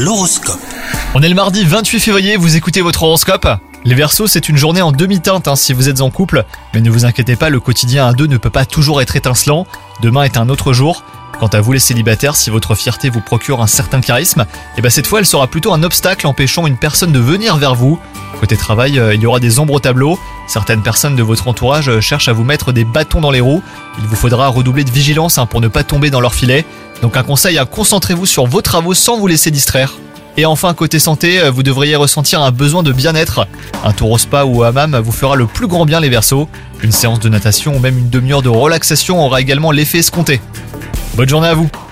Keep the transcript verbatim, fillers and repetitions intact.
L'horoscope. On est le mardi vingt-huit février, vous écoutez votre horoscope. Les Verseaux, c'est une journée en demi-teinte hein, si vous êtes en couple, mais ne vous inquiétez pas, le quotidien à deux ne peut pas toujours être étincelant. Demain est un autre jour. Quant à vous les célibataires, si votre fierté vous procure un certain charisme, et ben cette fois elle sera plutôt un obstacle empêchant une personne de venir vers vous. Côté travail, euh, il y aura des ombres au tableau. Certaines personnes de votre entourage euh, cherchent à vous mettre des bâtons dans les roues. Il vous faudra redoubler de vigilance hein, pour ne pas tomber dans leur filet. Donc un conseil, hein, concentrez-vous sur vos travaux sans vous laisser distraire. Et enfin, côté santé, euh, vous devriez ressentir un besoin de bien-être. Un tour au spa ou au hammam vous fera le plus grand bien les Verseaux. Une séance de natation ou même une demi-heure de relaxation aura également l'effet escompté. Bonne journée à vous!